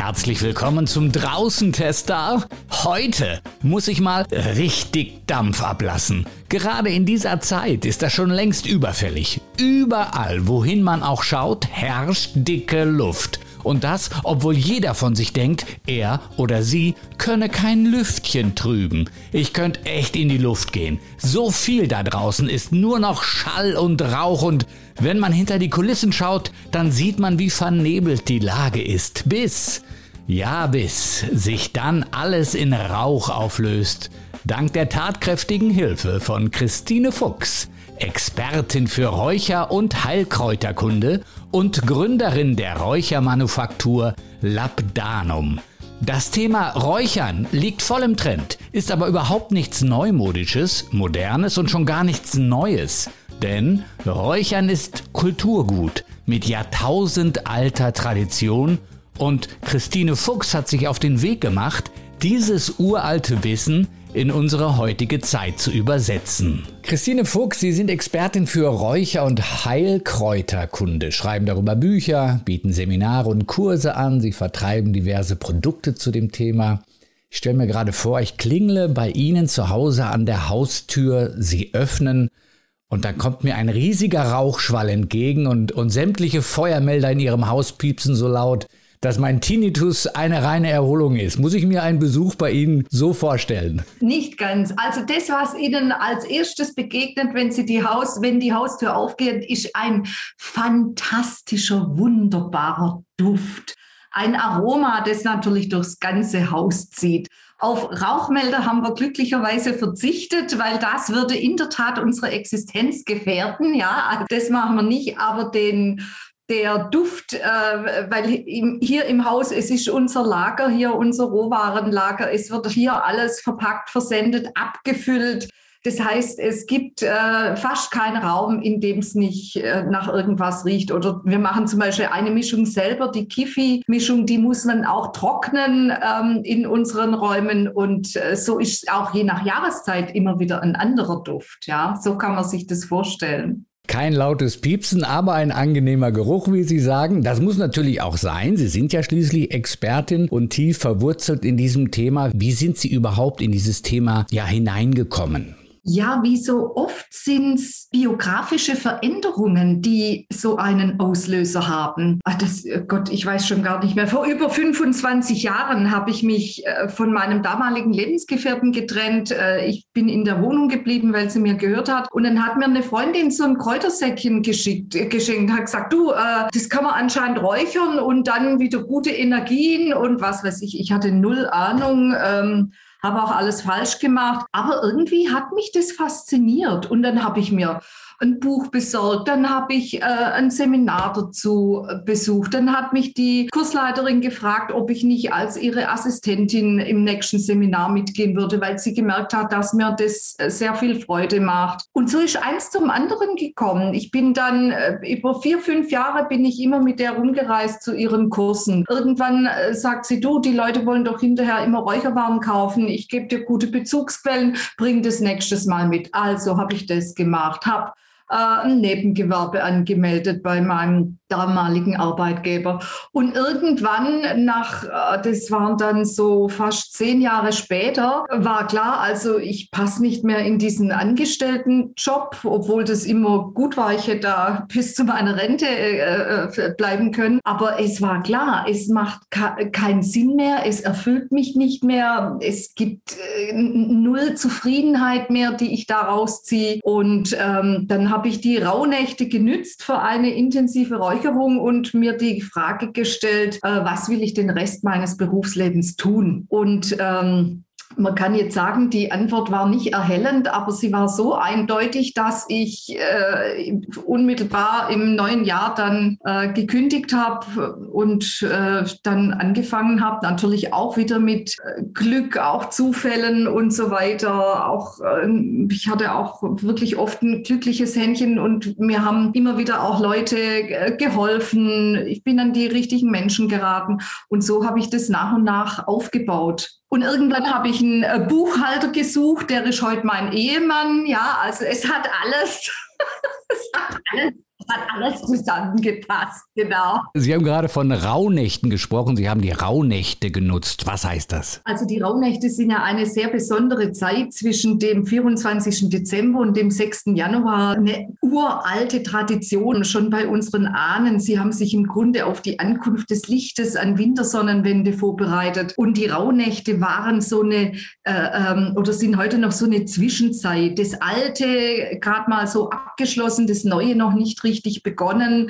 herzlich willkommen zum Draußen-Tester. Heute muss ich mal richtig Dampf ablassen. Gerade in dieser Zeit ist das schon längst überfällig. Überall, wohin man auch schaut, herrscht dicke Luft. Und das, obwohl jeder von sich denkt, er oder sie könne kein Lüftchen trüben. Ich könnte echt in die Luft gehen. So viel da draußen ist nur noch Schall und Rauch und wenn man hinter die Kulissen schaut, dann sieht man, wie vernebelt die Lage ist. Bis sich dann alles in Rauch auflöst. Dank der tatkräftigen Hilfe von Christine Fuchs, Expertin für Räucher- und Heilkräuterkunde und Gründerin der Räuchermanufaktur Labdanum. Das Thema Räuchern liegt voll im Trend, ist aber überhaupt nichts Neumodisches, Modernes und schon gar nichts Neues. Denn Räuchern ist Kulturgut mit jahrtausendalter Tradition und Christine Fuchs hat sich auf den Weg gemacht, dieses uralte Wissen in unsere heutige Zeit zu übersetzen. Christine Fuchs, Sie sind Expertin für Räucher- und Heilkräuterkunde, schreiben darüber Bücher, bieten Seminare und Kurse an, Sie vertreiben diverse Produkte zu dem Thema. Ich stelle mir gerade vor, ich klingle bei Ihnen zu Hause an der Haustür, Sie öffnen und dann kommt mir ein riesiger Rauchschwall entgegen und sämtliche Feuermelder in Ihrem Haus piepsen so laut, dass mein Tinnitus eine reine Erholung ist. Muss ich mir einen Besuch bei Ihnen so vorstellen? Nicht ganz. Also das, was Ihnen als erstes begegnet, wenn die Haustür aufgeht, ist ein fantastischer, wunderbarer Duft. Ein Aroma, das natürlich durchs ganze Haus zieht. Auf Rauchmelder haben wir glücklicherweise verzichtet, weil das würde in der Tat unsere Existenz gefährden. Ja, das machen wir nicht, aber der Duft, weil hier im Haus, es ist unser Lager, hier unser Rohwarenlager, es wird hier alles verpackt, versendet, abgefüllt. Das heißt, es gibt fast keinen Raum, in dem es nicht nach irgendwas riecht. Oder wir machen zum Beispiel eine Mischung selber, die Kifi-Mischung, die muss man auch trocknen in unseren Räumen. Und so ist auch je nach Jahreszeit immer wieder ein anderer Duft. Ja, so kann man sich das vorstellen. Kein lautes Piepsen, aber ein angenehmer Geruch, wie Sie sagen. Das muss natürlich auch sein. Sie sind ja schließlich Expertin und tief verwurzelt in diesem Thema. Wie sind Sie überhaupt in dieses Thema hineingekommen? Ja, wie so oft sind es biografische Veränderungen, die so einen Auslöser haben. Ich weiß schon gar nicht mehr. Vor über 25 Jahren habe ich mich von meinem damaligen Lebensgefährten getrennt. Ich bin in der Wohnung geblieben, weil sie mir gehört hat. Und dann hat mir eine Freundin so ein Kräutersäckchen geschenkt, hat gesagt, du, das kann man anscheinend räuchern und dann wieder gute Energien und was weiß ich. Ich hatte null Ahnung. Habe auch alles falsch gemacht, aber irgendwie hat mich das fasziniert und dann habe ich mir ein Buch besorgt, dann habe ich ein Seminar dazu besucht, dann hat mich die Kursleiterin gefragt, ob ich nicht als ihre Assistentin im nächsten Seminar mitgehen würde, weil sie gemerkt hat, dass mir das sehr viel Freude macht. Und so ist eins zum anderen gekommen. Ich bin dann über 4-5 Jahre bin ich immer mit der rumgereist zu ihren Kursen. Irgendwann sagt sie, du, die Leute wollen doch hinterher immer Räucherwaren kaufen, ich gebe dir gute Bezugsquellen, bring das nächstes Mal mit. Also habe ich das gemacht, habe ein Nebengewerbe angemeldet bei meinem damaligen Arbeitgeber. Und irgendwann das waren dann so fast 10 Jahre später, war klar, also ich passe nicht mehr in diesen Angestelltenjob, obwohl das immer gut war, ich hätte da bis zu meiner Rente bleiben können. Aber es war klar, es macht keinen Sinn mehr, es erfüllt mich nicht mehr, es gibt null Zufriedenheit mehr, die ich da rausziehe. Und dann habe ich die Rauhnächte genützt für eine intensive Räucherung und mir die Frage gestellt, was will ich den Rest meines Berufslebens tun? Und man kann jetzt sagen, die Antwort war nicht erhellend, aber sie war so eindeutig, dass ich unmittelbar im neuen Jahr dann gekündigt habe und dann angefangen habe, natürlich auch wieder mit Glück, auch Zufällen und so weiter. Ich hatte auch wirklich oft ein glückliches Händchen und mir haben immer wieder auch Leute geholfen. Ich bin an die richtigen Menschen geraten und so habe ich das nach und nach aufgebaut. Und irgendwann habe ich einen Buchhalter gesucht, der ist heute mein Ehemann. Ja, also es hat alles Das hat alles zusammengepasst, genau. Sie haben gerade von Rauhnächten gesprochen. Sie haben die Rauhnächte genutzt. Was heißt das? Also die Rauhnächte sind ja eine sehr besondere Zeit zwischen dem 24. Dezember und dem 6. Januar. Eine uralte Tradition schon bei unseren Ahnen. Sie haben sich im Grunde auf die Ankunft des Lichtes an Wintersonnenwende vorbereitet. Und die Rauhnächte waren so eine, oder sind heute noch so eine Zwischenzeit. Das Alte gerade mal so abgeschlossen, das Neue noch nicht richtig begonnen.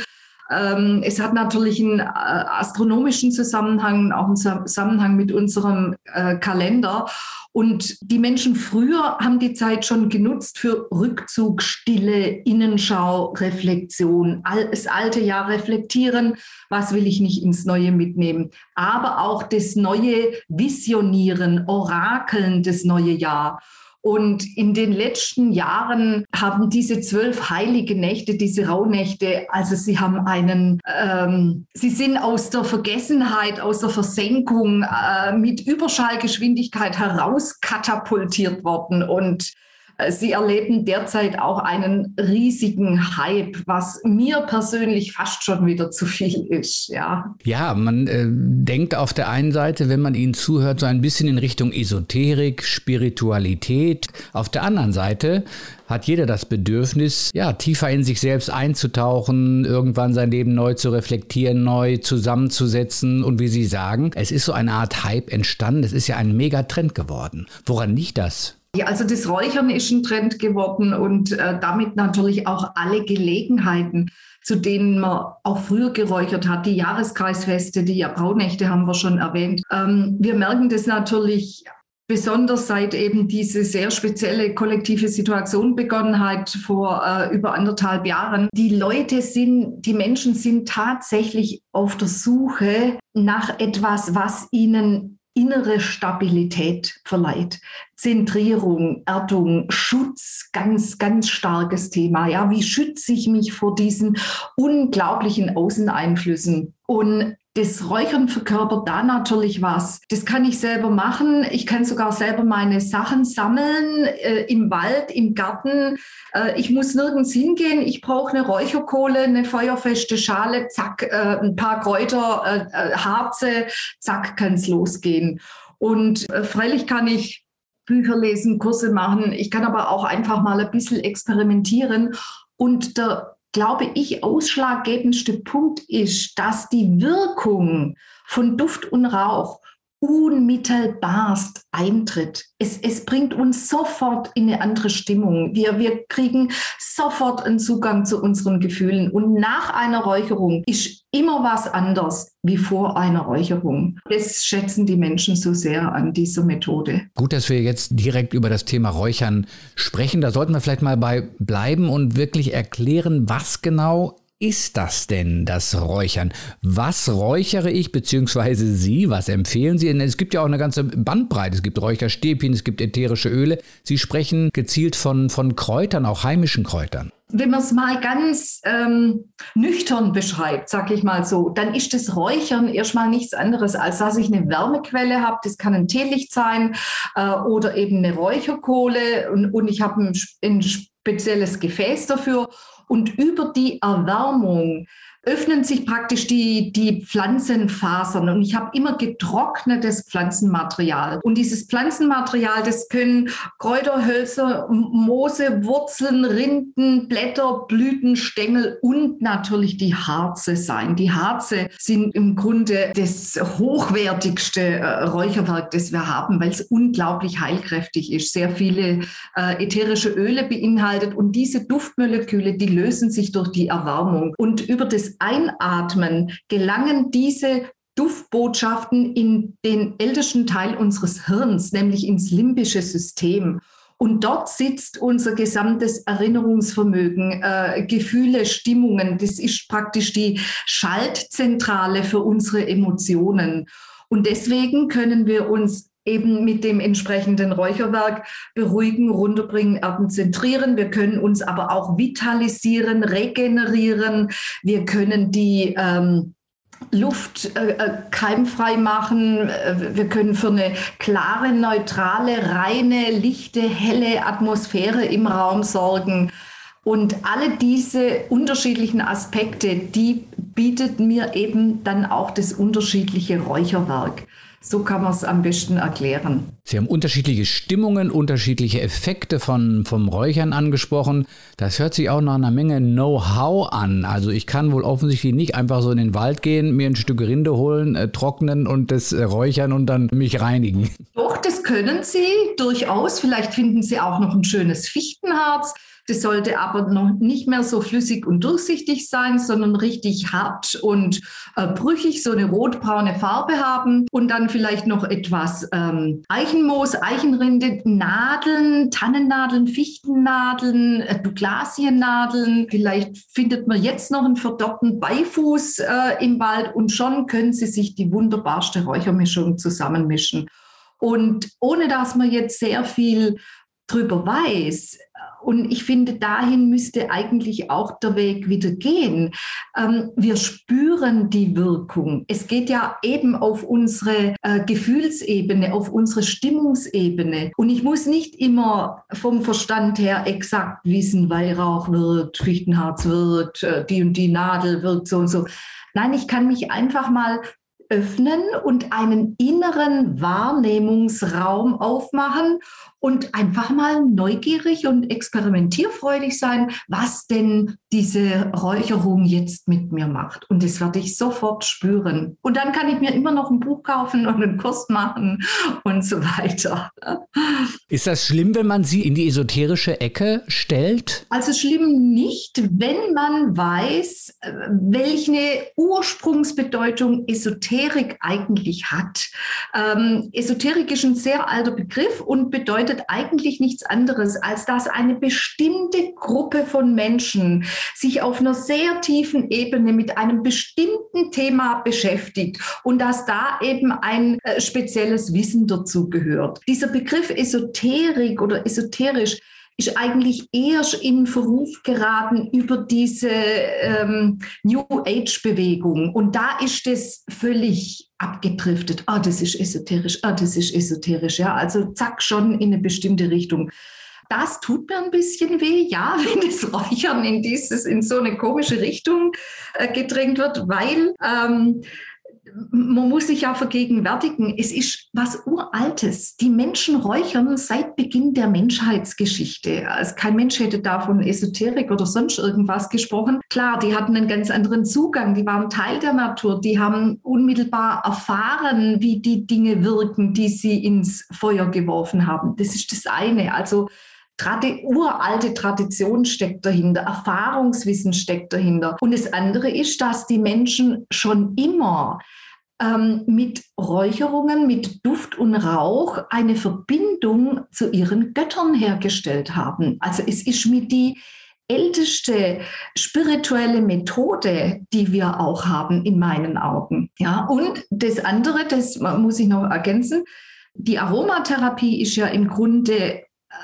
Es hat natürlich einen astronomischen Zusammenhang, auch einen Zusammenhang mit unserem Kalender. Und die Menschen früher haben die Zeit schon genutzt für Rückzug, Stille, Innenschau, Reflexion. Das alte Jahr reflektieren, was will ich nicht ins Neue mitnehmen. Aber auch das Neue visionieren, orakeln, das neue Jahr. Und in den letzten Jahren haben diese 12 heilige Nächte, diese Rauhnächte, also sie haben sie sind aus der Vergessenheit, aus der Versenkung mit Überschallgeschwindigkeit herauskatapultiert worden. Und sie erleben derzeit auch einen riesigen Hype, was mir persönlich fast schon wieder zu viel ist. Ja, man denkt auf der einen Seite, wenn man ihnen zuhört, so ein bisschen in Richtung Esoterik, Spiritualität. Auf der anderen Seite hat jeder das Bedürfnis, tiefer in sich selbst einzutauchen, irgendwann sein Leben neu zu reflektieren, neu zusammenzusetzen. Und wie Sie sagen, es ist so eine Art Hype entstanden. Es ist ja ein Megatrend geworden. Woran liegt das? Ja, also das Räuchern ist ein Trend geworden und damit natürlich auch alle Gelegenheiten, zu denen man auch früher geräuchert hat. Die Jahreskreisfeste, die Rauhnächte haben wir schon erwähnt. Wir merken das natürlich besonders seit eben diese sehr spezielle kollektive Situation begonnen hat vor über 1,5 Jahren. Die Menschen sind tatsächlich auf der Suche nach etwas, was ihnen innere Stabilität verleiht. Zentrierung, Erdung, Schutz, ganz, ganz starkes Thema. Ja, wie schütze ich mich vor diesen unglaublichen Außeneinflüssen? Und das Räuchern verkörpert da natürlich was. Das kann ich selber machen. Ich kann sogar selber meine Sachen sammeln, im Wald, im Garten. Ich muss nirgends hingehen. Ich brauche eine Räucherkohle, eine feuerfeste Schale, zack, ein paar Kräuter, Harze, zack, kann es losgehen. Und freilich kann ich Bücher lesen, Kurse machen. Ich kann aber auch einfach mal ein bisschen experimentieren. Und der, glaube ich, ausschlaggebendste Punkt ist, dass die Wirkung von Duft und Rauch unmittelbarst eintritt. Es bringt uns sofort in eine andere Stimmung. Wir kriegen sofort einen Zugang zu unseren Gefühlen. Und nach einer Räucherung ist immer was anders wie vor einer Räucherung. Das schätzen die Menschen so sehr an dieser Methode. Gut, dass wir jetzt direkt über das Thema Räuchern sprechen. Da sollten wir vielleicht mal bei bleiben und wirklich erklären, was genau ist das denn, das Räuchern? Was räuchere ich, beziehungsweise Sie, was empfehlen Sie? Es gibt ja auch eine ganze Bandbreite. Es gibt Räucherstäbchen, es gibt ätherische Öle. Sie sprechen gezielt von Kräutern, auch heimischen Kräutern. Wenn man es mal ganz nüchtern beschreibt, sage ich mal so, dann ist das Räuchern erstmal nichts anderes, als dass ich eine Wärmequelle habe. Das kann ein Teelicht sein oder eben eine Räucherkohle und ich habe ein spezielles Gefäß dafür. Und über die Erwärmung öffnen sich praktisch die Pflanzenfasern und ich habe immer getrocknetes Pflanzenmaterial. Und dieses Pflanzenmaterial, das können Kräuter, Hölzer, Moose, Wurzeln, Rinden, Blätter, Blüten, Stängel und natürlich die Harze sein. Die Harze sind im Grunde das hochwertigste Räucherwerk, das wir haben, weil es unglaublich heilkräftig ist, sehr viele ätherische Öle beinhaltet und diese Duftmoleküle, die lösen sich durch die Erwärmung. Und über das Einatmen gelangen diese Duftbotschaften in den ältesten Teil unseres Hirns, nämlich ins limbische System. Und dort sitzt unser gesamtes Erinnerungsvermögen, Gefühle, Stimmungen. Das ist praktisch die Schaltzentrale für unsere Emotionen. Und deswegen können wir uns eben mit dem entsprechenden Räucherwerk beruhigen, runterbringen, erden, zentrieren. Wir können uns aber auch vitalisieren, regenerieren. Wir können die Luft keimfrei machen. Wir können für eine klare, neutrale, reine, lichte, helle Atmosphäre im Raum sorgen. Und alle diese unterschiedlichen Aspekte, die bietet mir eben dann auch das unterschiedliche Räucherwerk. So kann man es am besten erklären. Sie haben unterschiedliche Stimmungen, unterschiedliche Effekte vom Räuchern angesprochen. Das hört sich auch nach einer Menge Know-how an. Also ich kann wohl offensichtlich nicht einfach so in den Wald gehen, mir ein Stück Rinde holen, trocknen und das räuchern und dann mich reinigen. Doch, das können Sie durchaus. Vielleicht finden Sie auch noch ein schönes Fichtenharz. Das sollte aber noch nicht mehr so flüssig und durchsichtig sein, sondern richtig hart und brüchig, so eine rotbraune Farbe haben. Und dann vielleicht noch etwas Eichenmoos, Eichenrinde, Nadeln, Tannennadeln, Fichtennadeln, Douglasiennadeln. Vielleicht findet man jetzt noch einen verdoppelten Beifuß im Wald und schon können Sie sich die wunderbarste Räuchermischung zusammenmischen. Und ohne dass man jetzt sehr viel drüber weiß, und ich finde, dahin müsste eigentlich auch der Weg wieder gehen. Wir spüren die Wirkung. Es geht ja eben auf unsere Gefühlsebene, auf unsere Stimmungsebene. Und ich muss nicht immer vom Verstand her exakt wissen, Weihrauch wirkt, Fichtenharz wirkt, die und die Nadel wirkt so und so. Nein, ich kann mich einfach mal öffnen und einen inneren Wahrnehmungsraum aufmachen und einfach mal neugierig und experimentierfreudig sein, was denn diese Räucherung jetzt mit mir macht. Und das werde ich sofort spüren. Und dann kann ich mir immer noch ein Buch kaufen und einen Kurs machen und so weiter. Ist das schlimm, wenn man sie in die esoterische Ecke stellt? Also schlimm nicht, wenn man weiß, welche Ursprungsbedeutung Esoterik eigentlich hat. Esoterik ist ein sehr alter Begriff und bedeutet eigentlich nichts anderes, als dass eine bestimmte Gruppe von Menschen sich auf einer sehr tiefen Ebene mit einem bestimmten Thema beschäftigt und dass da eben ein spezielles Wissen dazu gehört. Dieser Begriff Esoterik oder esoterisch ist eigentlich erst in Verruf geraten über diese New Age-Bewegung. Und da ist das völlig abgedriftet. Ah, das ist esoterisch, das ist esoterisch. Ja, also zack, schon in eine bestimmte Richtung. Das tut mir ein bisschen weh, ja, wenn das Räuchern in so eine komische Richtung gedrängt wird, weil man muss sich ja vergegenwärtigen, es ist was Uraltes. Die Menschen räuchern seit Beginn der Menschheitsgeschichte. Also kein Mensch hätte da von Esoterik oder sonst irgendwas gesprochen. Klar, die hatten einen ganz anderen Zugang, die waren Teil der Natur, die haben unmittelbar erfahren, wie die Dinge wirken, die sie ins Feuer geworfen haben. Das ist das eine. Also uralte Tradition steckt dahinter, Erfahrungswissen steckt dahinter. Und das andere ist, dass die Menschen schon immer mit Räucherungen, mit Duft und Rauch eine Verbindung zu ihren Göttern hergestellt haben. Also es ist mit die älteste spirituelle Methode, die wir auch haben in meinen Augen. Ja, und das andere, das muss ich noch ergänzen, die Aromatherapie ist ja im Grunde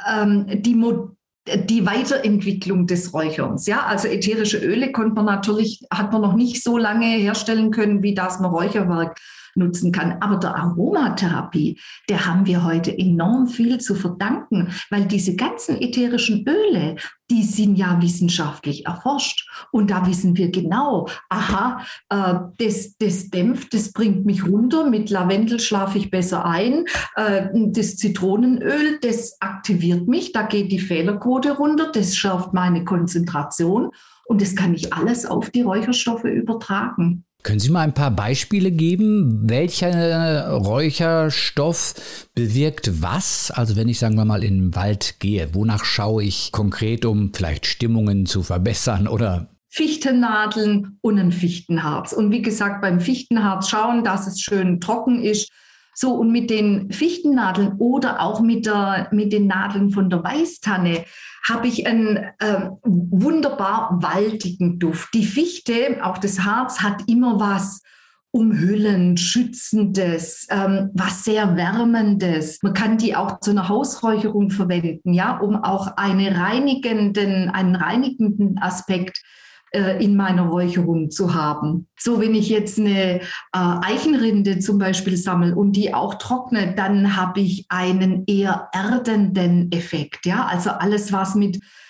die Weiterentwicklung des Räucherns. Ja, also ätherische Öle hat man noch nicht so lange herstellen können, wie das man Räucherwerk nutzen kann. Aber der Aromatherapie, der haben wir heute enorm viel zu verdanken, weil diese ganzen ätherischen Öle, die sind ja wissenschaftlich erforscht. Und da wissen wir genau, aha, das dämpft, das bringt mich runter, mit Lavendel schlafe ich besser ein, das Zitronenöl, das aktiviert mich, da geht die Fehlerquote runter, das schärft meine Konzentration und das kann ich alles auf die Räucherstoffe übertragen. Können Sie mal ein paar Beispiele geben? Welcher Räucherstoff bewirkt was? Also wenn ich, sagen wir mal, in den Wald gehe, wonach schaue ich konkret, um vielleicht Stimmungen zu verbessern oder? Fichtennadeln und ein Fichtenharz. Und wie gesagt, beim Fichtenharz schauen, dass es schön trocken ist. So, und mit den Fichtennadeln oder auch mit den Nadeln von der Weißtanne habe ich einen wunderbar waldigen Duft. Die Fichte, auch das Harz, hat immer was Umhüllend, Schützendes, was sehr Wärmendes. Man kann die auch zu einer Hausräucherung verwenden, ja, um auch einen reinigenden Aspekt in meiner Räucherung zu haben. So, wenn ich jetzt eine Eichenrinde zum Beispiel sammle und die auch trockne, dann habe ich einen eher erdenden Effekt. Ja? Also alles, was mit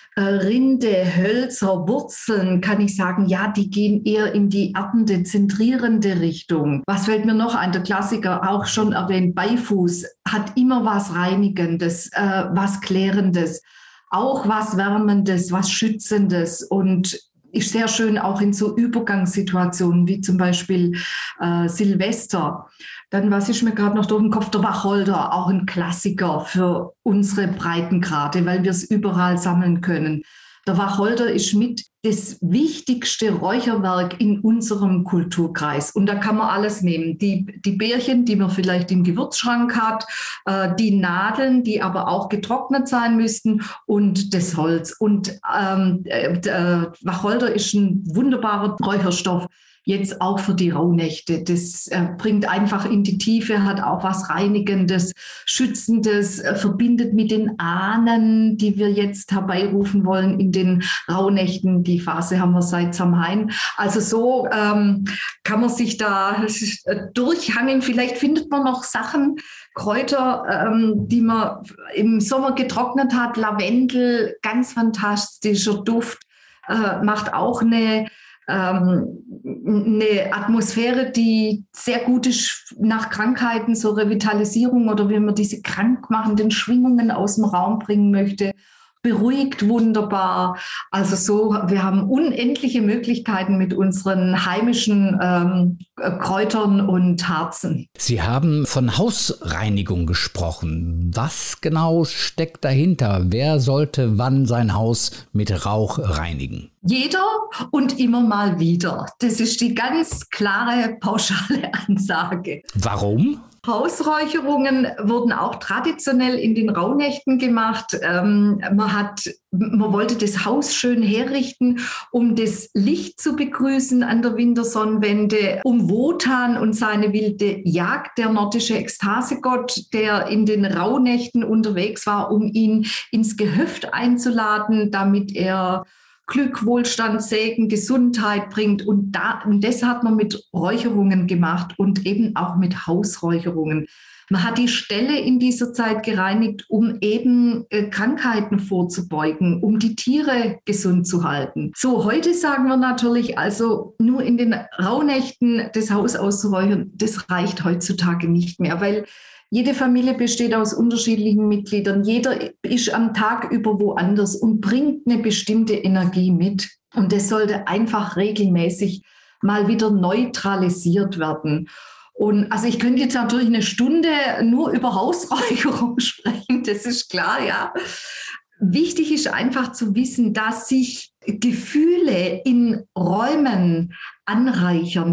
Rinde, Hölzer, Wurzeln, kann ich sagen, ja, die gehen eher in die erdende, zentrierende Richtung. Was fällt mir noch ein? Der Klassiker, auch schon erwähnt, Beifuß, hat immer was Reinigendes, was Klärendes, auch was Wärmendes, was Schützendes und ist sehr schön auch in so Übergangssituationen wie zum Beispiel Silvester. Dann, was ist mir gerade noch durch den Kopf, der Wacholder, auch ein Klassiker für unsere Breitengrade, weil wir es überall sammeln können. Der Wacholder ist mit das wichtigste Räucherwerk in unserem Kulturkreis. Und da kann man alles nehmen. Die Beerchen, die man vielleicht im Gewürzschrank hat, die Nadeln, die aber auch getrocknet sein müssten und das Holz. Und Wacholder ist ein wunderbarer Räucherstoff. Jetzt auch für die Rauhnächte. Das bringt einfach in die Tiefe, hat auch was Reinigendes, Schützendes, verbindet mit den Ahnen, die wir jetzt herbeirufen wollen in den Rauhnächten. Die Phase haben wir seit Samhain. Also so kann man sich da durchhangeln. Vielleicht findet man noch Sachen, Kräuter, die man im Sommer getrocknet hat. Lavendel, ganz fantastischer Duft, macht auch eine Atmosphäre, die sehr gut ist nach Krankheiten, so Revitalisierung oder wenn man diese krankmachenden Schwingungen aus dem Raum bringen möchte, beruhigt wunderbar. Also so, wir haben unendliche Möglichkeiten mit unseren heimischen Kräutern und Harzen. Sie haben von Hausreinigung gesprochen. Was genau steckt dahinter? Wer sollte wann sein Haus mit Rauch reinigen? Jeder und immer mal wieder. Das ist die ganz klare, pauschale Ansage. Warum? Hausräucherungen wurden auch traditionell in den Rauhnächten gemacht. Man wollte das Haus schön herrichten, um das Licht zu begrüßen an der Wintersonnenwende, um Wotan und seine wilde Jagd, der nordische Ekstasegott, der in den Rauhnächten unterwegs war, um ihn ins Gehöft einzuladen, damit er Glück, Wohlstand, Segen, Gesundheit bringt. Und das hat man mit Räucherungen gemacht und eben auch mit Hausräucherungen. Man hat die Ställe in dieser Zeit gereinigt, um eben Krankheiten vorzubeugen, um die Tiere gesund zu halten. So, heute sagen wir natürlich, also nur in den Rauhnächten das Haus auszuräuchern, das reicht heutzutage nicht mehr, weil jede Familie besteht aus unterschiedlichen Mitgliedern. Jeder ist am Tag über woanders und bringt eine bestimmte Energie mit. Und das sollte einfach regelmäßig mal wieder neutralisiert werden. Und also ich könnte jetzt natürlich eine Stunde nur über Hausräucherung sprechen, das ist klar, ja. Wichtig ist einfach zu wissen, dass sich Gefühle in Räumen anreichern.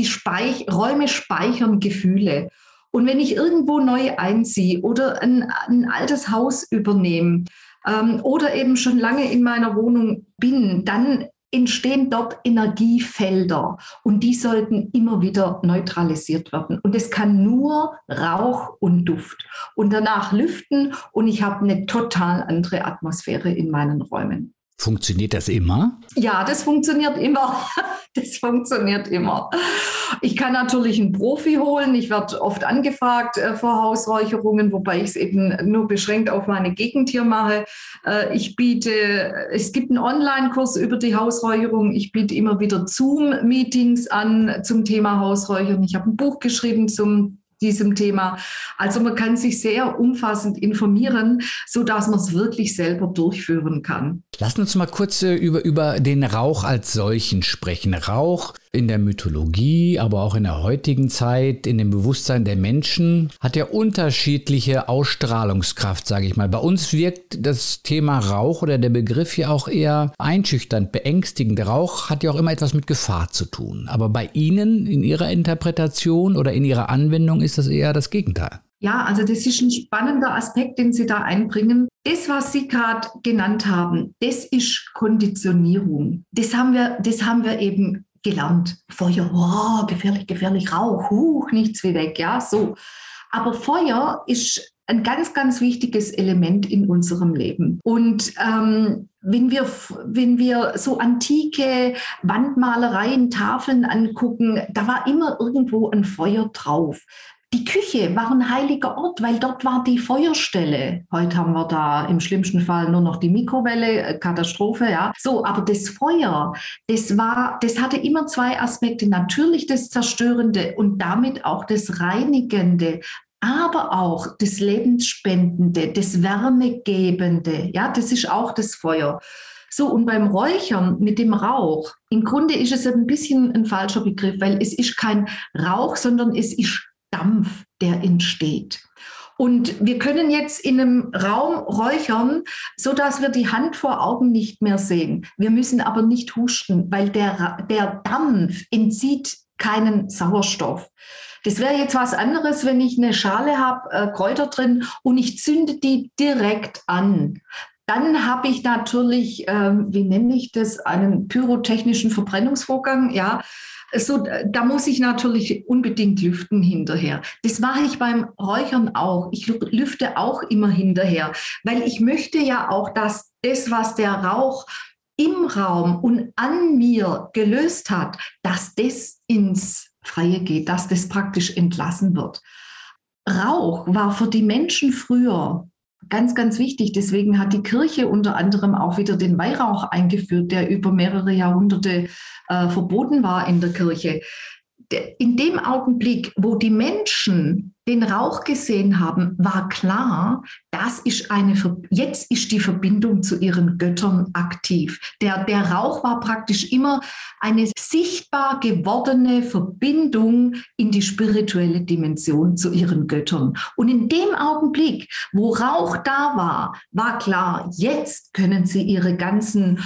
Räume speichern Gefühle. Und wenn ich irgendwo neu einziehe oder ein altes Haus übernehme oder eben schon lange in meiner Wohnung bin, dann entstehen dort Energiefelder und die sollten immer wieder neutralisiert werden. Und es kann nur Rauch und Duft. Und danach lüften und ich habe eine total andere Atmosphäre in meinen Räumen. Funktioniert das immer? Ja, das funktioniert immer. Das funktioniert immer. Ich kann natürlich einen Profi holen. Ich werde oft angefragt für Hausräucherungen, wobei ich es eben nur beschränkt auf meine Gegend hier mache. Es gibt einen Online-Kurs über die Hausräucherung. Ich biete immer wieder Zoom-Meetings an zum Thema Hausräuchern. Ich habe ein Buch geschrieben zum diesem Thema. Also man kann sich sehr umfassend informieren, sodass man es wirklich selber durchführen kann. Lassen uns mal kurz über den Rauch als solchen sprechen. Rauch in der Mythologie, aber auch in der heutigen Zeit, in dem Bewusstsein der Menschen, hat ja unterschiedliche Ausstrahlungskraft, sage ich mal. Bei uns wirkt das Thema Rauch oder der Begriff ja auch eher einschüchternd, beängstigend. Rauch hat ja auch immer etwas mit Gefahr zu tun. Aber bei Ihnen, in Ihrer Interpretation oder in Ihrer Anwendung, ist das eher das Gegenteil. Ja, also das ist ein spannender Aspekt, den Sie da einbringen. Das, was Sie gerade genannt haben, das ist Konditionierung. Das haben wir eben gelernt. Feuer, wow, gefährlich, Rauch, nichts wie weg, ja, so. Aber Feuer ist ein ganz, ganz wichtiges Element in unserem Leben. Und wenn wir so antike Wandmalereien, Tafeln angucken, da war immer irgendwo ein Feuer drauf. Die Küche war ein heiliger Ort, weil dort war die Feuerstelle. Heute haben wir da im schlimmsten Fall nur noch die Mikrowelle, Katastrophe, ja. So, aber das Feuer, das hatte immer zwei Aspekte. Natürlich das Zerstörende und damit auch das Reinigende, aber auch das Lebensspendende, das Wärmegebende. Ja, das ist auch das Feuer. So, und beim Räuchern mit dem Rauch, im Grunde ist es ein bisschen ein falscher Begriff, weil es ist kein Rauch, sondern es ist Dampf, der entsteht. Und wir können jetzt in einem Raum räuchern, sodass wir die Hand vor Augen nicht mehr sehen. Wir müssen aber nicht husten, weil der Dampf entzieht keinen Sauerstoff. Das wäre jetzt was anderes, wenn ich eine Schale habe, Kräuter drin und ich zünde die direkt an. Dann habe ich natürlich, wie nenne ich das, einen pyrotechnischen Verbrennungsvorgang, ja. So, da muss ich natürlich unbedingt lüften hinterher. Das mache ich beim Räuchern auch. Ich lüfte auch immer hinterher, weil ich möchte ja auch, dass das, was der Rauch im Raum und an mir gelöst hat, dass das ins Freie geht, dass das praktisch entlassen wird. Rauch war für die Menschen früher ganz, ganz wichtig. Deswegen hat die Kirche unter anderem auch wieder den Weihrauch eingeführt, der über mehrere Jahrhunderte verboten war in der Kirche. In dem Augenblick, wo die Menschen den Rauch gesehen haben, war klar, jetzt ist die Verbindung zu ihren Göttern aktiv. Der Rauch war praktisch immer eine sichtbar gewordene Verbindung in die spirituelle Dimension zu ihren Göttern. Und in dem Augenblick, wo Rauch da war klar, jetzt können sie ihre ganzen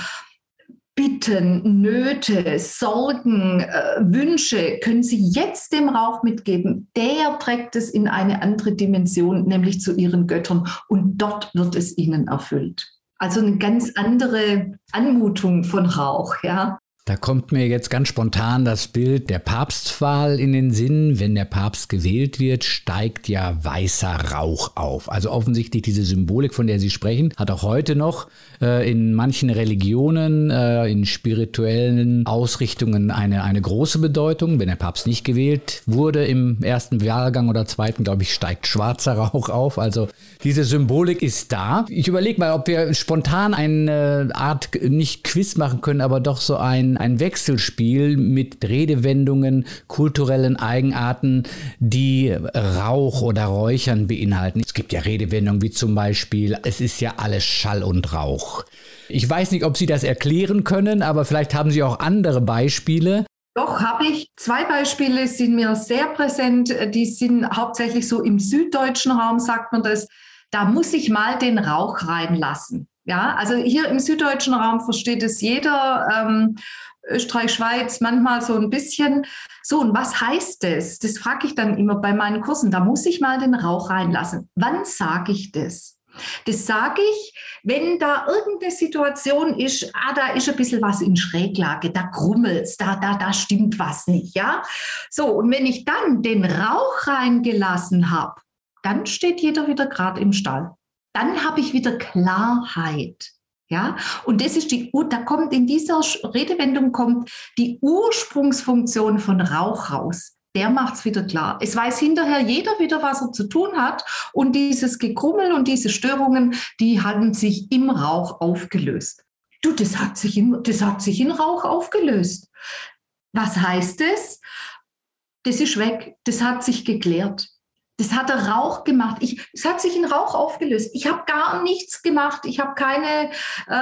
Bitten, Nöte, Sorgen, Wünsche können Sie jetzt dem Rauch mitgeben. Der trägt es in eine andere Dimension, nämlich zu Ihren Göttern. Und dort wird es Ihnen erfüllt. Also eine ganz andere Anmutung von Rauch, ja. Da kommt mir jetzt ganz spontan das Bild der Papstwahl in den Sinn. Wenn der Papst gewählt wird, steigt ja weißer Rauch auf. Also offensichtlich diese Symbolik, von der Sie sprechen, hat auch heute noch in manchen Religionen, in spirituellen Ausrichtungen eine große Bedeutung. Wenn der Papst nicht gewählt wurde im ersten Wahlgang oder zweiten, glaube ich, steigt schwarzer Rauch auf. Also diese Symbolik ist da. Ich überlege mal, ob wir spontan eine Art, nicht Quiz machen können, aber doch so ein Wechselspiel mit Redewendungen, kulturellen Eigenarten, die Rauch oder Räuchern beinhalten. Es gibt ja Redewendungen wie zum Beispiel, es ist ja alles Schall und Rauch. Ich weiß nicht, ob Sie das erklären können, aber vielleicht haben Sie auch andere Beispiele. Doch, habe ich. 2 Beispiele sind mir sehr präsent. Die sind hauptsächlich so im süddeutschen Raum, sagt man das. Da muss ich mal den Rauch reinlassen. Ja, also hier im süddeutschen Raum versteht es jeder, Österreich, Schweiz, manchmal so ein bisschen. So, und was heißt das? Das frage ich dann immer bei meinen Kursen. Da muss ich mal den Rauch reinlassen. Wann sage ich das? Das sage ich, wenn da irgendeine Situation ist, da ist ein bisschen was in Schräglage, da grummelt's, da stimmt was nicht, ja? So, und wenn ich dann den Rauch reingelassen habe, dann steht jeder wieder gerade im Stall. Dann habe ich wieder Klarheit. Ja, und das ist da kommt in dieser Redewendung kommt die Ursprungsfunktion von Rauch raus. Der macht es wieder klar. Es weiß hinterher jeder wieder, was er zu tun hat. Und dieses Gekrummel und diese Störungen, die haben sich im Rauch aufgelöst. Du, das hat sich in Rauch aufgelöst. Was heißt es? Das ist weg. Das hat sich geklärt. Das hat der Rauch gemacht. Es hat sich in Rauch aufgelöst. Ich habe gar nichts gemacht. Ich habe keine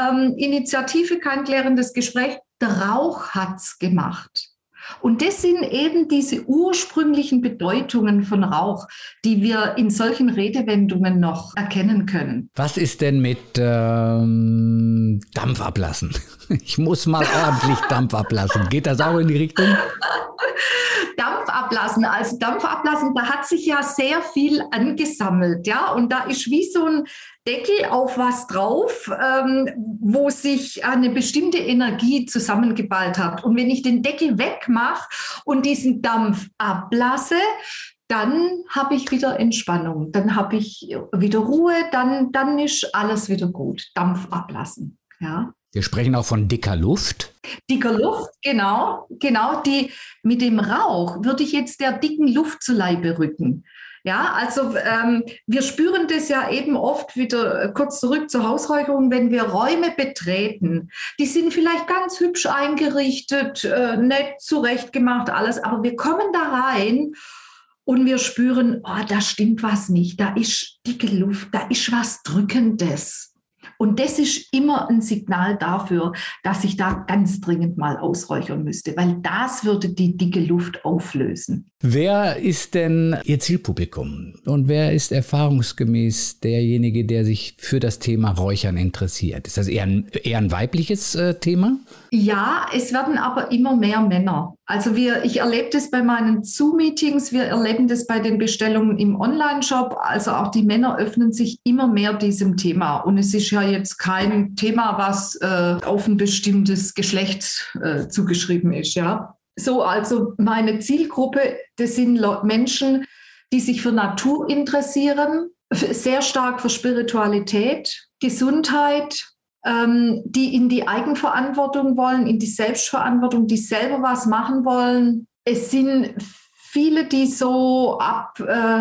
Initiative, kein klärendes Gespräch. Der Rauch hat es gemacht. Und das sind eben diese ursprünglichen Bedeutungen von Rauch, die wir in solchen Redewendungen noch erkennen können. Was ist denn mit Dampf ablassen? Ich muss mal ordentlich Dampf ablassen. Geht das auch in die Richtung? Dampf ablassen, da hat sich ja sehr viel angesammelt, ja, und da ist wie so ein Deckel auf was drauf, wo sich eine bestimmte Energie zusammengeballt hat. Und wenn ich den Deckel wegmache und diesen Dampf ablasse, dann habe ich wieder Entspannung, dann habe ich wieder Ruhe, dann ist alles wieder gut. Dampf ablassen, ja. Wir sprechen auch von dicker Luft. Dicker Luft, genau. Die mit dem Rauch würde ich jetzt der dicken Luft zu Leibe rücken. Ja, also wir spüren das ja eben oft wieder kurz zurück zur Hausräucherung, wenn wir Räume betreten. Die sind vielleicht ganz hübsch eingerichtet, nett zurechtgemacht, alles, aber wir kommen da rein und wir spüren, oh, da stimmt was nicht, da ist dicke Luft, da ist was Drückendes. Und das ist immer ein Signal dafür, dass ich da ganz dringend mal ausräuchern müsste, weil das würde die dicke Luft auflösen. Wer ist denn Ihr Zielpublikum und wer ist erfahrungsgemäß derjenige, der sich für das Thema Räuchern interessiert? Ist das eher ein weibliches Thema? Ja, es werden aber immer mehr Männer. Also ich erlebe das bei meinen Zoom-Meetings, wir erleben das bei den Bestellungen im Online-Shop. Also auch die Männer öffnen sich immer mehr diesem Thema. Und es ist ja jetzt kein Thema, was auf ein bestimmtes Geschlecht zugeschrieben ist, ja. So, also meine Zielgruppe, das sind Menschen, die sich für Natur interessieren, sehr stark für Spiritualität, Gesundheit, die in die Eigenverantwortung wollen, in die Selbstverantwortung, die selber was machen wollen. Es sind viele, die so ab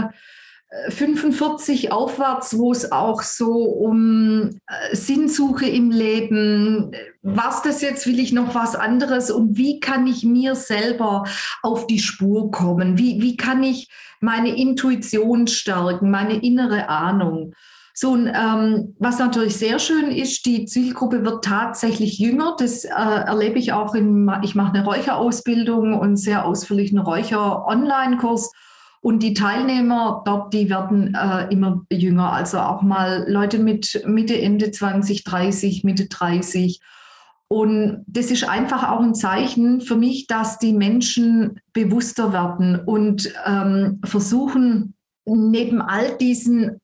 45 aufwärts, wo es auch so um Sinnsuche im Leben, was das jetzt, will ich noch was anderes und wie kann ich mir selber auf die Spur kommen? Wie kann ich meine Intuition stärken, meine innere Ahnung? So, was natürlich sehr schön ist, die Zielgruppe wird tatsächlich jünger. Das erlebe ich auch ich mache eine Räucherausbildung und einen sehr ausführlichen Räucher-Online-Kurs. Und die Teilnehmer dort, die werden immer jünger. Also auch mal Leute mit Mitte, Ende 20, 30, Mitte 30. Und das ist einfach auch ein Zeichen für mich, dass die Menschen bewusster werden und versuchen, neben all diesen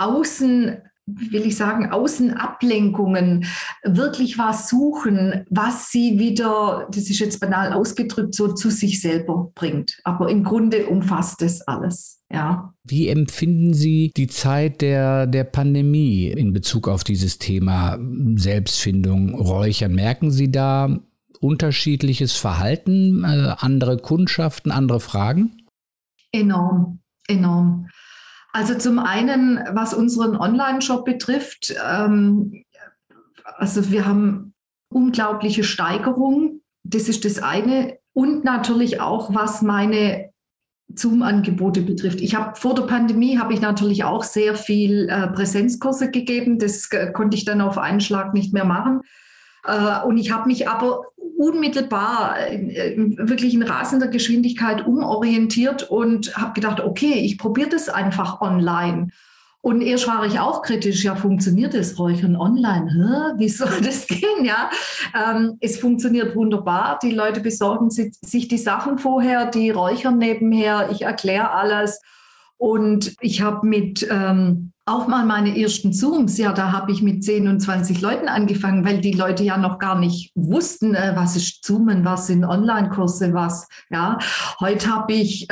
Außenablenkungen wirklich was suchen, was sie wieder, das ist jetzt banal ausgedrückt, so zu sich selber bringt. Aber im Grunde umfasst das alles, ja. Wie empfinden Sie die Zeit der Pandemie in Bezug auf dieses Thema Selbstfindung, Räuchern? Merken Sie da unterschiedliches Verhalten, andere Kundschaften, andere Fragen? Enorm, enorm. Also zum einen, was unseren Online-Shop betrifft, also wir haben unglaubliche Steigerung, das ist das eine. Und natürlich auch, was meine Zoom-Angebote betrifft. Vor der Pandemie habe ich natürlich auch sehr viel Präsenzkurse gegeben, das konnte ich dann auf einen Schlag nicht mehr machen. Und ich habe mich aber unmittelbar wirklich in rasender Geschwindigkeit umorientiert und habe gedacht, okay, ich probiere das einfach online. Und erst war ich auch kritisch, ja, funktioniert das Räuchern online? Wie soll das gehen? Ja, es funktioniert wunderbar. Die Leute besorgen sich die Sachen vorher, die räuchern nebenher. Ich erkläre alles. Und ich habe mit auch mal meine ersten Zooms, ja, da habe ich mit 10 und 20 Leuten angefangen, weil die Leute ja noch gar nicht wussten, was ist Zoomen, was sind Online-Kurse, was, ja. Heute habe ich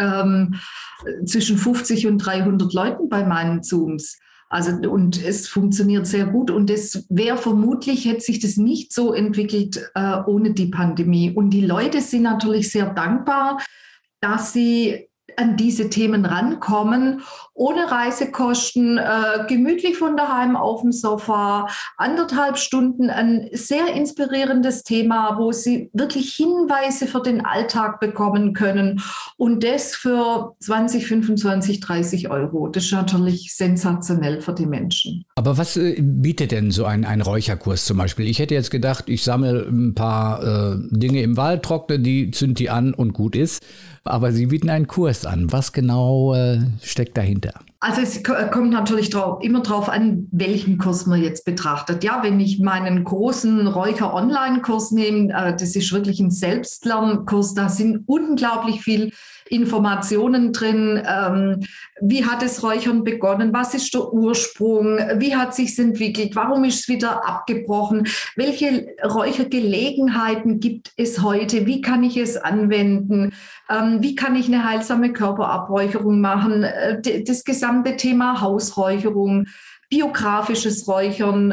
zwischen 50 und 300 Leuten bei meinen Zooms. Also, und es funktioniert sehr gut. Und das wäre vermutlich, hätte sich das nicht so entwickelt ohne die Pandemie. Und die Leute sind natürlich sehr dankbar, dass sie an diese Themen rankommen, ohne Reisekosten, gemütlich von daheim auf dem Sofa, 1,5 Stunden, ein sehr inspirierendes Thema, wo sie wirklich Hinweise für den Alltag bekommen können und das für 20, 25, 30 Euro. Das ist natürlich sensationell für die Menschen. Aber was bietet denn so ein Räucherkurs zum Beispiel? Ich hätte jetzt gedacht, ich sammle ein paar Dinge im Wald, trockne die, zünd die an und gut ist. Aber Sie bieten einen Kurs an. Was genau steckt dahinter? Also es kommt natürlich immer darauf an, welchen Kurs man jetzt betrachtet. Ja, wenn ich meinen großen Räucher-Online-Kurs nehme, das ist wirklich ein Selbstlernkurs, da sind unglaublich viel Informationen drin. Wie hat das Räuchern begonnen? Was ist der Ursprung? Wie hat es sich entwickelt? Warum ist es wieder abgebrochen? Welche Räuchergelegenheiten gibt es heute? Wie kann ich es anwenden? Wie kann ich eine heilsame Körperabräucherung machen? Das gesamte Thema Hausräucherung, biografisches Räuchern,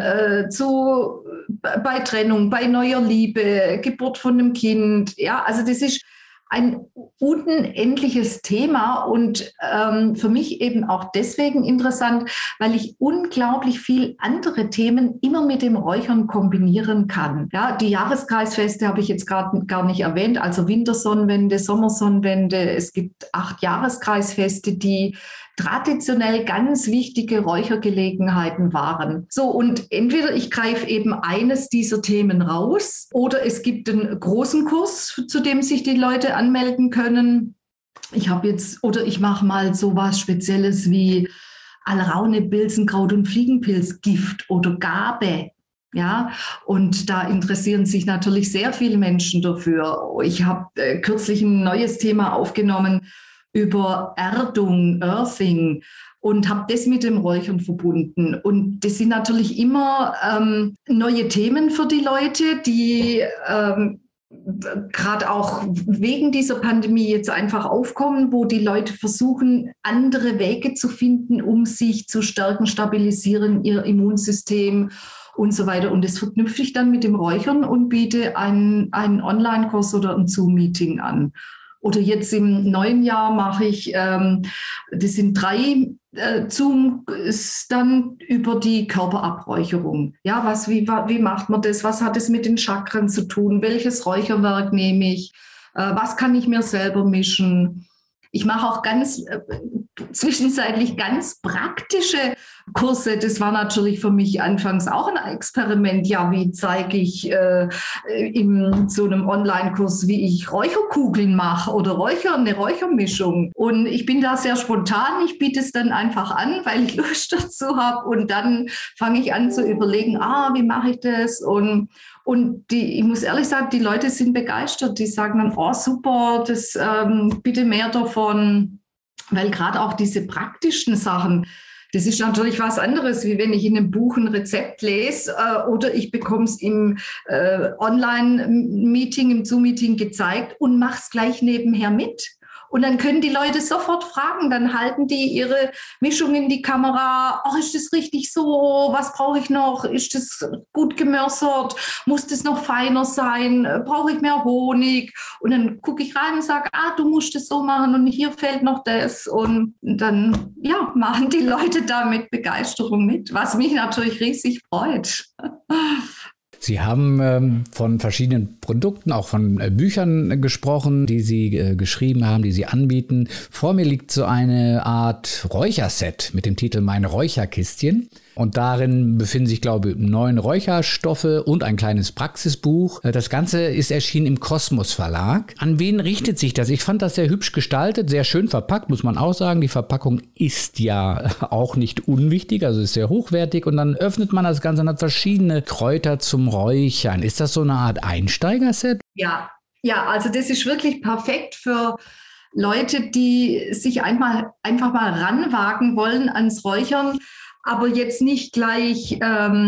bei Trennung, bei neuer Liebe, Geburt von einem Kind. Ja, also das ist ein unendliches Thema und für mich eben auch deswegen interessant, weil ich unglaublich viel andere Themen immer mit dem Räuchern kombinieren kann. Ja, die Jahreskreisfeste habe ich jetzt gerade gar nicht erwähnt, also Wintersonnenwende, Sommersonnenwende. Es gibt 8 Jahreskreisfeste, die traditionell ganz wichtige Räuchergelegenheiten waren. So, und entweder ich greife eben eines dieser Themen raus oder es gibt einen großen Kurs, zu dem sich die Leute anmelden können. Ich mache mal sowas Spezielles wie Alraune, Bilsenkraut und Fliegenpilzgift oder Gabe. Ja, und da interessieren sich natürlich sehr viele Menschen dafür. Ich habe kürzlich ein neues Thema aufgenommen über Erdung, Earthing und habe das mit dem Räuchern verbunden. Und das sind natürlich immer neue Themen für die Leute, die gerade auch wegen dieser Pandemie jetzt einfach aufkommen, wo die Leute versuchen, andere Wege zu finden, um sich zu stärken, stabilisieren, ihr Immunsystem und so weiter. Und das verknüpfe ich dann mit dem Räuchern und biete einen Online-Kurs oder ein Zoom-Meeting an. Oder jetzt im neuen Jahr mache ich, das sind 3 Zooms dann über die Körperabräucherung. Ja, wie macht man das? Was hat es mit den Chakren zu tun? Welches Räucherwerk nehme ich? Was kann ich mir selber mischen? Ich mache auch zwischenzeitlich ganz praktische Kurse. Das war natürlich für mich anfangs auch ein Experiment. Ja, wie zeige ich in so einem Online-Kurs, wie ich Räucherkugeln mache oder eine Räuchermischung. Und ich bin da sehr spontan. Ich biete es dann einfach an, weil ich Lust dazu habe. Und dann fange ich an zu überlegen, wie mache ich das? Und ich muss ehrlich sagen, die Leute sind begeistert. Die sagen dann, oh super, das bitte mehr davon. Weil gerade auch diese praktischen Sachen, das ist natürlich was anderes, wie wenn ich in einem Buch ein Rezept lese oder ich bekomme es im Online-Meeting, im Zoom-Meeting gezeigt und mache es gleich nebenher mit. Und dann können die Leute sofort fragen, dann halten die ihre Mischung in die Kamera. Ach, ist das richtig so? Was brauche ich noch? Ist das gut gemörsert? Muss das noch feiner sein? Brauche ich mehr Honig? Und dann gucke ich rein und sage, du musst das so machen und hier fehlt noch das. Und dann machen die Leute da mit Begeisterung mit, was mich natürlich riesig freut. Sie haben von verschiedenen Produkten, auch von Büchern gesprochen, die Sie geschrieben haben, die Sie anbieten. Vor mir liegt so eine Art Räucherset mit dem Titel Mein Räucherkistchen. Und darin befinden sich, glaube ich, 9 Räucherstoffe und ein kleines Praxisbuch. Das Ganze ist erschienen im Kosmos Verlag. An wen richtet sich das? Ich fand das sehr hübsch gestaltet, sehr schön verpackt, muss man auch sagen. Die Verpackung ist ja auch nicht unwichtig, also ist sehr hochwertig. Und dann öffnet man das Ganze und hat verschiedene Kräuter zum Räuchern. Ist das so eine Art Einsteigerset? Ja, also das ist wirklich perfekt für Leute, die sich einfach mal ranwagen wollen ans Räuchern. Aber jetzt nicht gleich,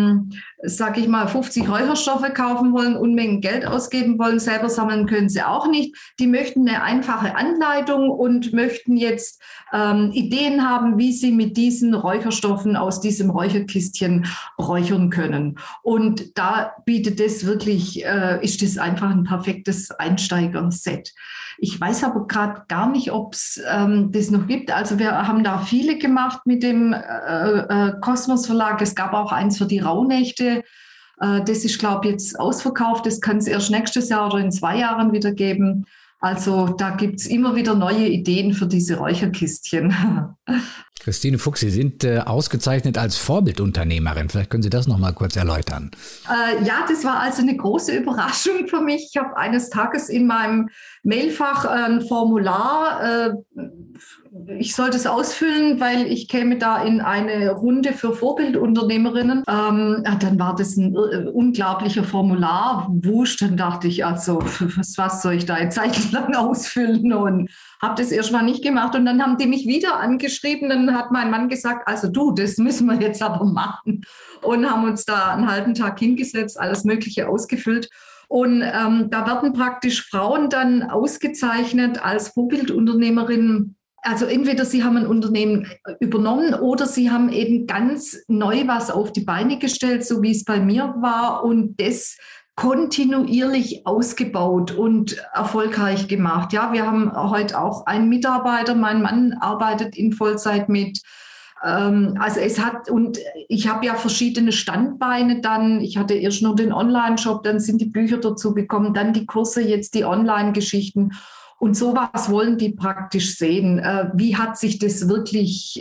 50 Räucherstoffe kaufen wollen, Unmengen Geld ausgeben wollen, selber sammeln können sie auch nicht. Die möchten eine einfache Anleitung und möchten jetzt Ideen haben, wie sie mit diesen Räucherstoffen aus diesem Räucherkistchen räuchern können. Und da bietet es wirklich, ist das einfach ein perfektes Einsteigerset. Ich weiß aber gerade gar nicht, ob es das noch gibt. Also wir haben da viele gemacht mit dem Kosmos Verlag. Es gab auch eins für die Rauhnächte. Das ist, glaube ich, jetzt ausverkauft. Das kann es erst nächstes Jahr oder in 2 Jahren wieder geben. Also da gibt es immer wieder neue Ideen für diese Räucherkistchen. Christine Fuchs, Sie sind ausgezeichnet als Vorbildunternehmerin. Vielleicht können Sie das noch mal kurz erläutern. Das war also eine große Überraschung für mich. Ich habe eines Tages in meinem Mailfach ein Formular. Ich sollte es ausfüllen, weil ich käme da in eine Runde für Vorbildunternehmerinnen. Dann war das ein unglaublicher Formularwusch. Dann dachte ich, also was soll ich da eine Zeit lang ausfüllen? Und habe das erstmal nicht gemacht. Und dann haben die mich wieder angeschrieben. Dann hat mein Mann gesagt, also du, das müssen wir jetzt aber machen. Und haben uns da einen halben Tag hingesetzt, alles Mögliche ausgefüllt. Und da werden praktisch Frauen dann ausgezeichnet als Vorbildunternehmerinnen. Also entweder sie haben ein Unternehmen übernommen oder sie haben eben ganz neu was auf die Beine gestellt, so wie es bei mir war. Und das kontinuierlich ausgebaut und erfolgreich gemacht. Ja, wir haben heute auch einen Mitarbeiter, mein Mann arbeitet in Vollzeit mit. Also ich habe ja verschiedene Standbeine dann. Ich hatte erst nur den Online-Shop, dann sind die Bücher dazu gekommen, dann die Kurse, jetzt die Online-Geschichten. Und sowas wollen die praktisch sehen. Wie hat sich das wirklich,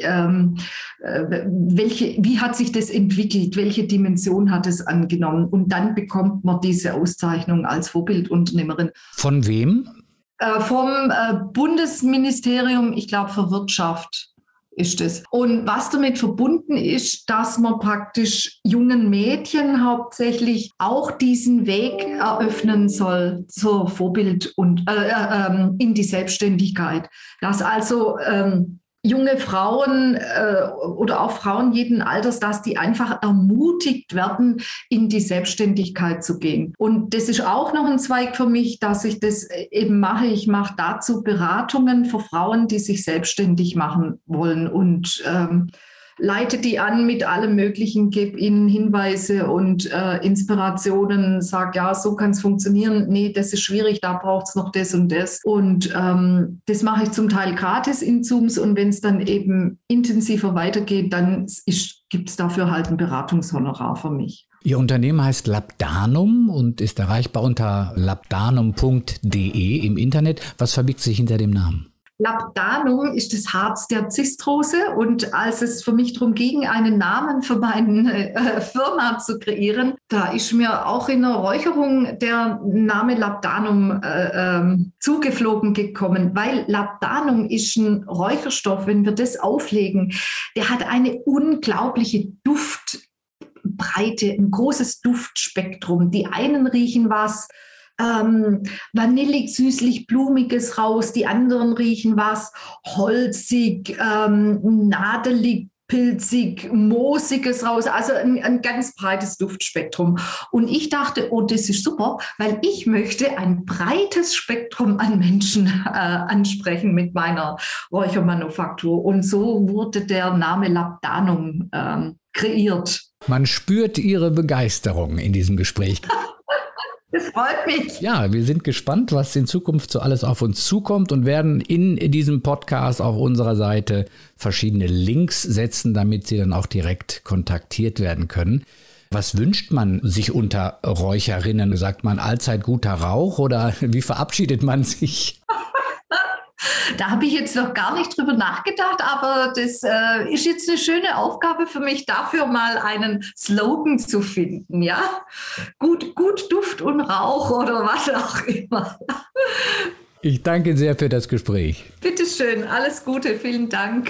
wie hat sich das entwickelt? Welche Dimension hat es angenommen? Und dann bekommt man diese Auszeichnung als Vorbildunternehmerin. Von wem? Vom Bundesministerium, ich glaube, für Wirtschaft ist es. Und was damit verbunden ist, dass man praktisch jungen Mädchen hauptsächlich auch diesen Weg eröffnen soll zur Vorbild und in die Selbstständigkeit. Dass also junge Frauen oder auch Frauen jeden Alters, dass die einfach ermutigt werden, in die Selbstständigkeit zu gehen. Und das ist auch noch ein Zweig für mich, dass ich das eben mache. Ich mache dazu Beratungen für Frauen, die sich selbstständig machen wollen und leite die an mit allem Möglichen, gebe ihnen Hinweise und Inspirationen, sage, ja, so kann es funktionieren. Nee, das ist schwierig, da braucht es noch das und das. Und das mache ich zum Teil gratis in Zooms und wenn es dann eben intensiver weitergeht, dann gibt es dafür halt ein Beratungshonorar für mich. Ihr Unternehmen heißt Labdanum und ist erreichbar unter labdanum.de im Internet. Was verbirgt sich hinter dem Namen? Labdanum ist das Harz der Zistrose und als es für mich darum ging, einen Namen für meine Firma zu kreieren, da ist mir auch in der Räucherung der Name Labdanum zugeflogen gekommen, weil Labdanum ist ein Räucherstoff, wenn wir das auflegen, der hat eine unglaubliche Duftbreite, ein großes Duftspektrum. Die einen riechen was vanillig, süßlich, blumiges raus, die anderen riechen was holzig, nadelig, pilzig, moosiges raus, also ein ganz breites Duftspektrum. Und ich dachte, oh, das ist super, weil ich möchte ein breites Spektrum an Menschen ansprechen mit meiner Räuchermanufaktur. Und so wurde der Name Labdanum kreiert. Man spürt Ihre Begeisterung in diesem Gespräch. Das freut mich. Ja, wir sind gespannt, was in Zukunft so alles auf uns zukommt und werden in diesem Podcast auf unserer Seite verschiedene Links setzen, damit Sie dann auch direkt kontaktiert werden können. Was wünscht man sich unter Räucherinnen? Sagt man allzeit guter Rauch oder wie verabschiedet man sich? Da habe ich jetzt noch gar nicht drüber nachgedacht, aber das ist jetzt eine schöne Aufgabe für mich, dafür mal einen Slogan zu finden, ja? Gut Duft und Rauch oder was auch immer. Ich danke sehr für das Gespräch. Bitteschön, alles Gute, vielen Dank.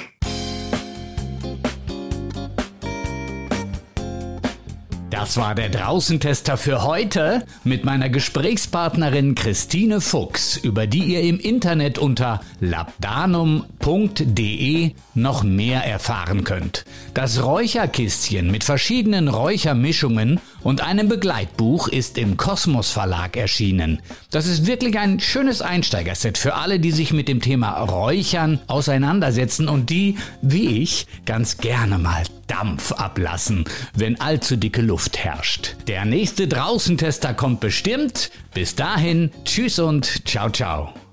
Das war der Draußentester für heute mit meiner Gesprächspartnerin Christine Fuchs, über die ihr im Internet unter labdanum.de noch mehr erfahren könnt. Das Räucherkistchen mit verschiedenen Räuchermischungen und einem Begleitbuch ist im Kosmos Verlag erschienen. Das ist wirklich ein schönes Einsteigerset für alle, die sich mit dem Thema Räuchern auseinandersetzen und die, wie ich, ganz gerne mal Dampf ablassen, wenn allzu dicke Luft herrscht. Der nächste Draußentester kommt bestimmt. Bis dahin, tschüss und ciao, ciao.